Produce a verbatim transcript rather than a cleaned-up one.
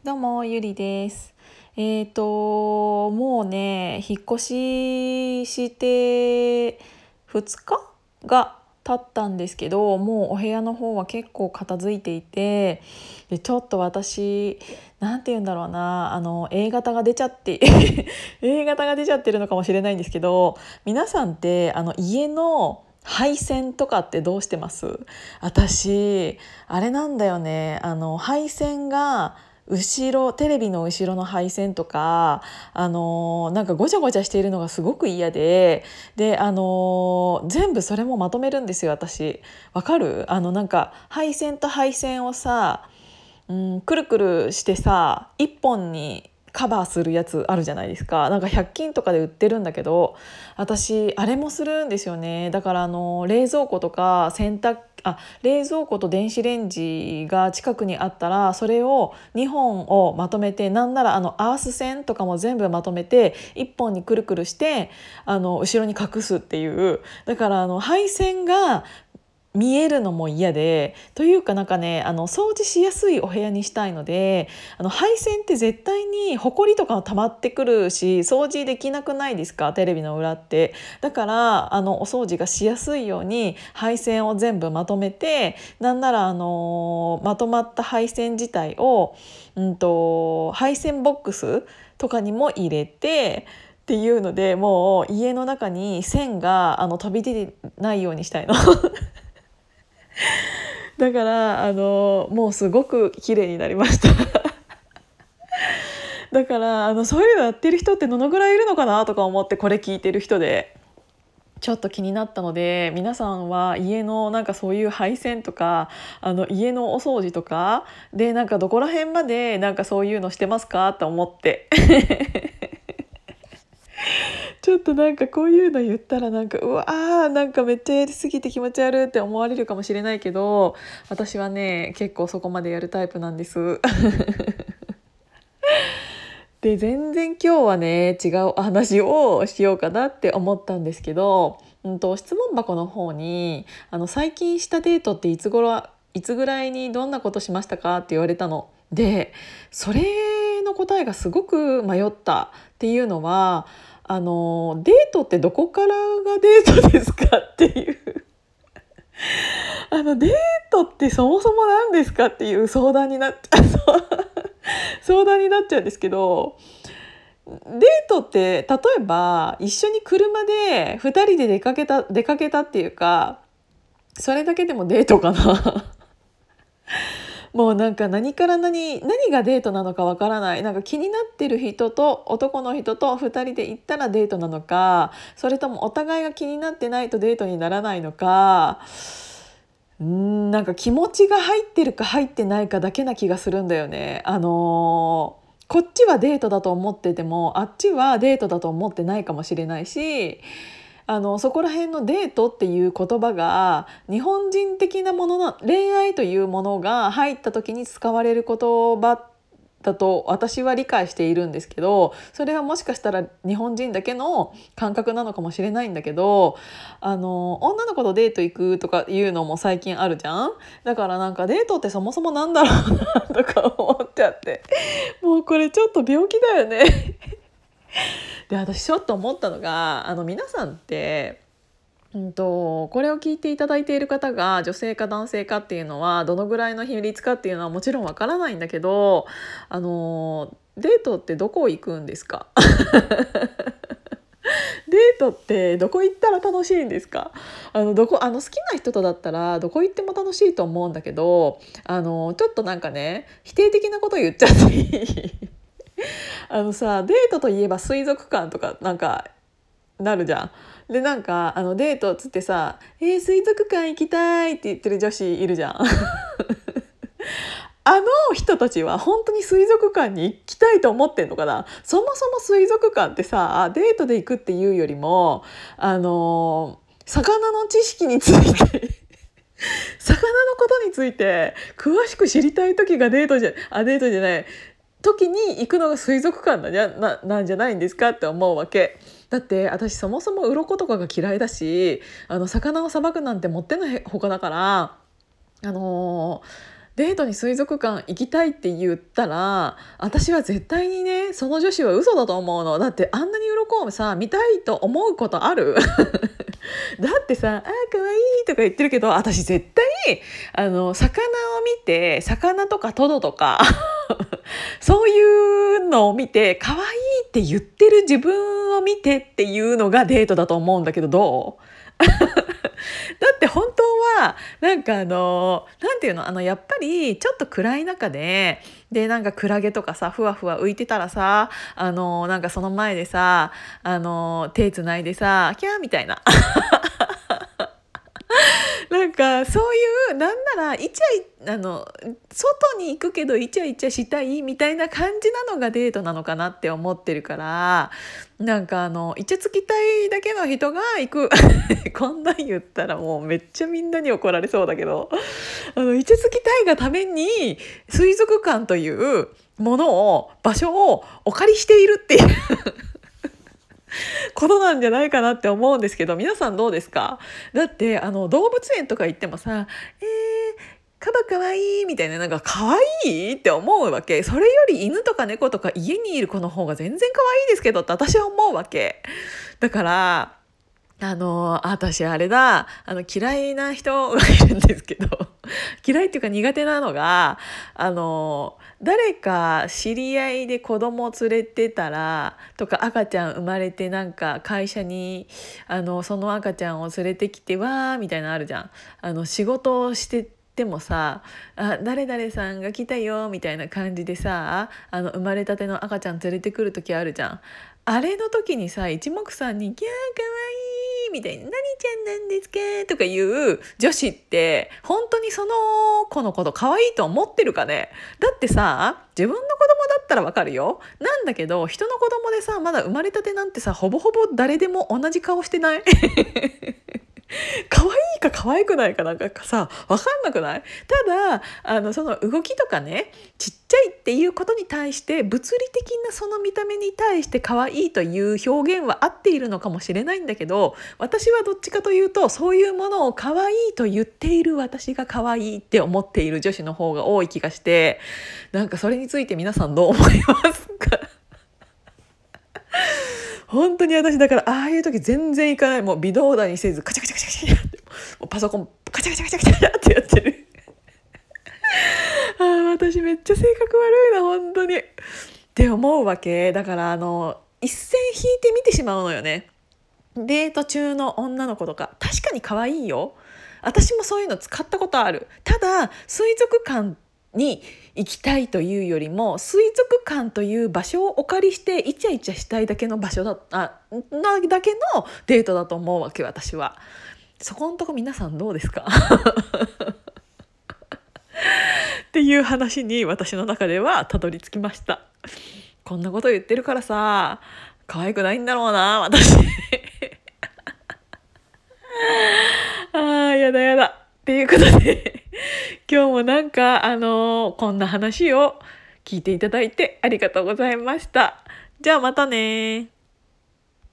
どうもゆりです。えっともうね引っ越ししてふつかが経ったんですけど、もうお部屋の方は結構片付いていて、でちょっと私なんて言うんだろうな、あの A 型が出ちゃって A 型が出ちゃってるのかもしれないんですけど、皆さんってあの家の配線とかってどうしてます？私あれなんだよね、あの配線が後ろテレビの後ろの配線とか、あのなんかごちゃごちゃしているのがすごく嫌で、であの全部それもまとめるんですよ私。わかる？あのなんか配線と配線をさ、うん、くるくるしてさ一本にカバーするやつあるじゃないですか。なんかひゃく均とかで売ってるんだけど、私あれもするんですよね。だからあの冷蔵庫とか洗濯あ冷蔵庫と電子レンジが近くにあったら、それをにほんをまとめて、なんならあのアース線とかも全部まとめていっぽんにくるくるしてあの後ろに隠すっていう。だからあの配線が見えるのも嫌で、というかなんかね、あの掃除しやすいお部屋にしたいので、あの配線って絶対にホコリとかも溜まってくるし掃除できなくないですか、テレビの裏って。だからあのお掃除がしやすいように配線を全部まとめて、なんならあのまとまった配線自体を、うんと、配線ボックスとかにも入れてっていうので、もう家の中に線があの飛び出ないようにしたいの。だからあのもうすごく綺麗になりました。だからあのそういうのやってる人ってどのぐらいいるのかなとか思って、これ聞いてる人でちょっと気になったので、皆さんは家のなんかそういう配線とか、あの家のお掃除とかでなんかどこら辺までなんかそういうのしてますかと思って。ちょっとなんかこういうの言ったらなんかうわーなんかめっちゃやりすぎて気持ち悪いって思われるかもしれないけど、私はね結構そこまでやるタイプなんです。で全然今日はね違うお話をしようかなって思ったんですけど、うんと、質問箱の方にあの最近したデートっていつ頃いつぐらいにどんなことしましたかって言われたので、それの答えがすごく迷ったっていうのは、あのデートってどこからがデートですかっていうあのデートってそもそも何ですかっていう相談になっちゃう相談になっちゃうんですけど、デートって例えば一緒に車でふたりで出かけた出かけたっていうか、それだけでもデートかな。もうなんか何から何何がデートなのかわからない。なんか気になってる人と男の人とふたりで行ったらデートなのか、それともお互いが気になってないとデートにならないのか、うーんなんか気持ちが入ってるか入ってないかだけな気がするんだよね。あのーこっちはデートだと思っててもあっちはデートだと思ってないかもしれないし、あのそこら辺のデートっていう言葉が日本人的なものの恋愛というものが入った時に使われる言葉だと私は理解しているんですけど、それはもしかしたら日本人だけの感覚なのかもしれないんだけど、あの女の子とデート行くとかいうのも最近あるじゃん。だからなんかデートってそもそもなんだろうなとか思っちゃって、もうこれちょっと病気だよね。で私ちょっと思ったのが、あの皆さんってうんとこれを聞いていただいている方が女性か男性かっていうのはどのぐらいの比率かっていうのはもちろんわからないんだけど、あのデートってどこ行くんですか？デートってどこ行ったら楽しいんですか？あのどこあの好きな人とだったらどこ行っても楽しいと思うんだけど、あのちょっとなんかね否定的なこと言っちゃっていい？あのさ、デートといえば水族館とかなんかなるじゃん。でなんかあのデートっつってさ「えー、水族館行きたい」って言ってる女子いるじゃん。あの人たちは本当に水族館に行きたいと思ってんのかな。そもそも水族館ってさデートで行くっていうよりも、あの魚の知識について魚のことについて詳しく知りたい時がデートじゃあデートじゃない時に行くのが水族館なんじゃ、な、なんじゃないんですかって思うわけ。だって私そもそも鱗とかが嫌いだし、あの魚をさばくなんてもってのほかだから、あのーデートに水族館行きたいって言ったら、私は絶対にねその女子は嘘だと思うの。だってあんなに鱗をさ見たいと思うことある？だってさ、あーかわいいとか言ってるけど、私絶対あの魚を見て、魚とかトドとかそういうのを見て可愛いって言ってる自分を見てっていうのがデートだと思うんだけど、どう？だって本当はなんかあのなんていうの、あのやっぱりちょっと暗い中ででなんかクラゲとかさふわふわ浮いてたらさ、あのなんかその前でさ、あの手つないでさキャーみたいななんかそういうなんならイチャイあの外に行くけどイチャイチャしたいみたいな感じなのがデートなのかなって思ってるから、なんかあのイチャつきたいだけの人が行くこんなん言ったらもうめっちゃみんなに怒られそうだけど、あのイチャつきたいがために水族館というものを場所をお借りしているっていうことなんじゃないかなって思うんですけど、皆さんどうですか？だってあの動物園とか行ってもさ、えー、カバかわいいみたいな、なんかかわいいって思うわけ。それより犬とか猫とか家にいる子の方が全然かわいいですけどって私は思うわけ。だからあの私あれだあの嫌いな人がいるんですけど嫌いっていうか苦手なのが、あの誰か知り合いで子供連れてたらとか、赤ちゃん生まれてなんか会社にあのその赤ちゃんを連れてきてわーみたいなのあるじゃん。あの仕事をしてでもさ、あ誰々さんが来たよみたいな感じでさ、あの生まれたての赤ちゃん連れてくる時あるじゃん。あれの時にさ一目散に「キャーかわいい」みたいな「何ちゃんなんですか」とかいう女子って本当にその子のこと可愛いと思ってるかね。だってさ自分の子供だったらわかるよ。なんだけど人の子供でさまだ生まれたてなんてさほぼほぼ誰でも同じ顔してない可愛いか可愛くないかなんかさ分かんなくない？ただあのその動きとかね、ちっちゃいっていうことに対して物理的なその見た目に対して可愛いという表現は合っているのかもしれないんだけど、私はどっちかというとそういうものを可愛いと言っている私が可愛いって思っている女子の方が多い気がして、なんかそれについて皆さんどう思いますか？本当に私だからああいう時全然いかない。もう微動だにせずカチャカチャカチャカチャってもうパソコンカチャカチャカチャカチャってやってるああ私めっちゃ性格悪いな本当にって思うわけ。だからあの一線引いて見てしまうのよね。デート中の女の子とか確かに可愛いよ。私もそういうの使ったことある。ただ水族館に行きたいというよりも水族館という場所をお借りしてイチャイチャしたいだけの場所だあなだけのデートだと思うわけ私は。そこのとこ皆さんどうですかっていう話に私の中ではたどり着きました。こんなこと言ってるからさ可愛くないんだろうな私あーやだやだっていうことで今日もなんかあのーこんな話を聞いていただいてありがとうございました。じゃあまたね。